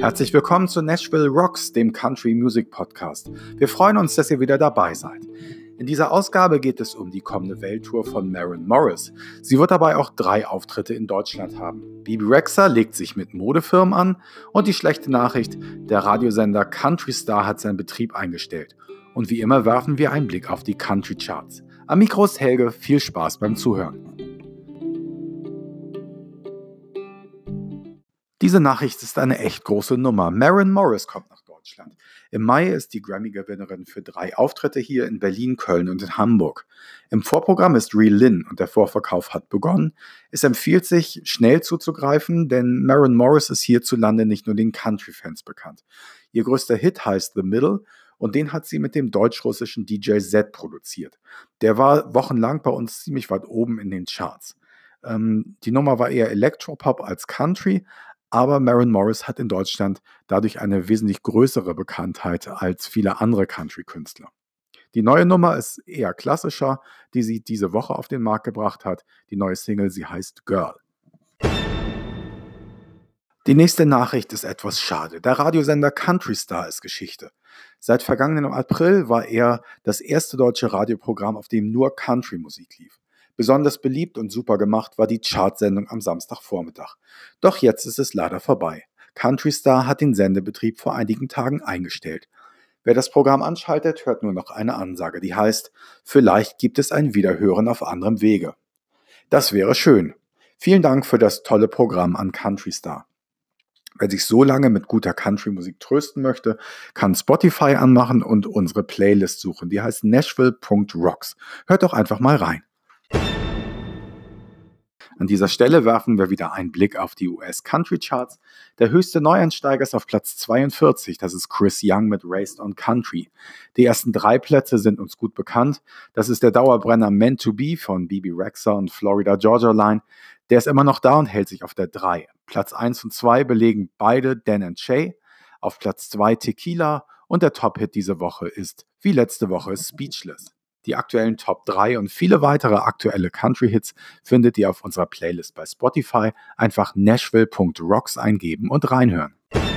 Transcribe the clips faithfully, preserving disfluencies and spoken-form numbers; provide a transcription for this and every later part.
Herzlich willkommen zu Nashville Rocks, dem Country Music Podcast. Wir freuen uns, dass ihr wieder dabei seid. In dieser Ausgabe geht es um die kommende Welttour von Maren Morris. Sie wird dabei auch drei Auftritte in Deutschland haben. Bebe Rexha legt sich mit Modefirmen an und die schlechte Nachricht, der Radiosender Country Star hat seinen Betrieb eingestellt. Und wie immer werfen wir einen Blick auf die Country Charts. Am Mikro ist Helge, viel Spaß beim Zuhören. Diese Nachricht ist eine echt große Nummer. Maren Morris kommt nach Deutschland. Im Mai ist die Grammy-Gewinnerin für drei Auftritte hier in Berlin, Köln und in Hamburg. Im Vorprogramm ist Reel Lynn und der Vorverkauf hat begonnen. Es empfiehlt sich, schnell zuzugreifen, denn Maren Morris ist hierzulande nicht nur den Country-Fans bekannt. Ihr größter Hit heißt The Middle und den hat sie mit dem deutsch-russischen D J Z produziert. Der war wochenlang bei uns ziemlich weit oben in den Charts. Ähm, die Nummer war eher Elektropop als Country, aber Maren Morris hat in Deutschland dadurch eine wesentlich größere Bekanntheit als viele andere Country-Künstler. Die neue Nummer ist eher klassischer, die sie diese Woche auf den Markt gebracht hat. Die neue Single, sie heißt Girl. Die nächste Nachricht ist etwas schade. Der Radiosender Country Star ist Geschichte. Seit vergangenem April war er das erste deutsche Radioprogramm, auf dem nur Country-Musik lief. Besonders beliebt und super gemacht war die Chartsendung am Samstagvormittag. Doch jetzt ist es leider vorbei. Country Star hat den Sendebetrieb vor einigen Tagen eingestellt. Wer das Programm anschaltet, hört nur noch eine Ansage, die heißt, vielleicht gibt es ein Wiederhören auf anderem Wege. Das wäre schön. Vielen Dank für das tolle Programm an Country Star. Wer sich so lange mit guter Country-Musik trösten möchte, kann Spotify anmachen und unsere Playlist suchen. Die heißt Nashville Punkt Rocks. Hört doch einfach mal rein. An dieser Stelle werfen wir wieder einen Blick auf die U S Country Charts. Der höchste Neueinsteiger ist auf Platz zweiundvierzig, das ist Chris Young mit Raised on Country. Die ersten drei Plätze sind uns gut bekannt. Das ist der Dauerbrenner Meant to Be von Bebe Rexha und Florida Georgia Line. Der ist immer noch da und hält sich auf der drei. Platz eins und zwei belegen beide Dan and Shay. Auf Platz zwei Tequila und der Top-Hit diese Woche ist, wie letzte Woche, Speechless. Die aktuellen Top drei und viele weitere aktuelle Country-Hits findet ihr auf unserer Playlist bei Spotify. Einfach Nashville Punkt Rocks eingeben und reinhören.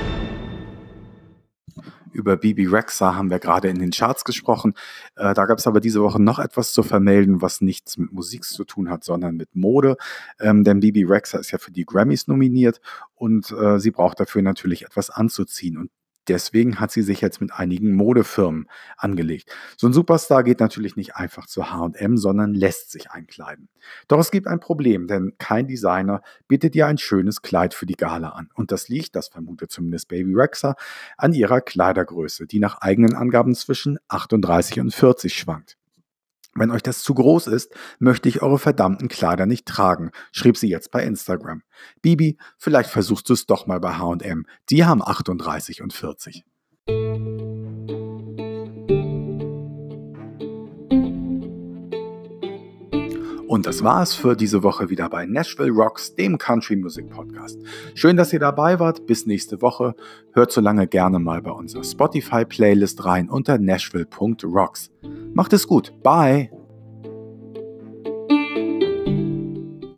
Über Bebe Rexha haben wir gerade in den Charts gesprochen. Äh, da gab es aber diese Woche noch etwas zu vermelden, was nichts mit Musik zu tun hat, sondern mit Mode. Ähm, denn Bebe Rexha ist ja für die Grammys nominiert und äh, sie braucht dafür natürlich etwas anzuziehen. Und deswegen hat sie sich jetzt mit einigen Modefirmen angelegt. So ein Superstar geht natürlich nicht einfach zu H und M, sondern lässt sich einkleiden. Doch es gibt ein Problem, denn kein Designer bietet ihr ein schönes Kleid für die Gala an. Und das liegt, das vermutet zumindest Bebe Rexha, an ihrer Kleidergröße, die nach eigenen Angaben zwischen achtunddreißig und vierzig schwankt. Wenn euch das zu groß ist, möchte ich eure verdammten Kleider nicht tragen, schrieb sie jetzt bei Instagram. Bibi, vielleicht versuchst du es doch mal bei H und M. Die haben achtunddreißig und vierzig. Und das war es für diese Woche wieder bei Nashville Rocks, dem Country Music Podcast. Schön, dass ihr dabei wart. Bis nächste Woche. Hört so lange gerne mal bei unserer Spotify-Playlist rein unter Nashville Punkt Rocks. Macht es gut. Bye.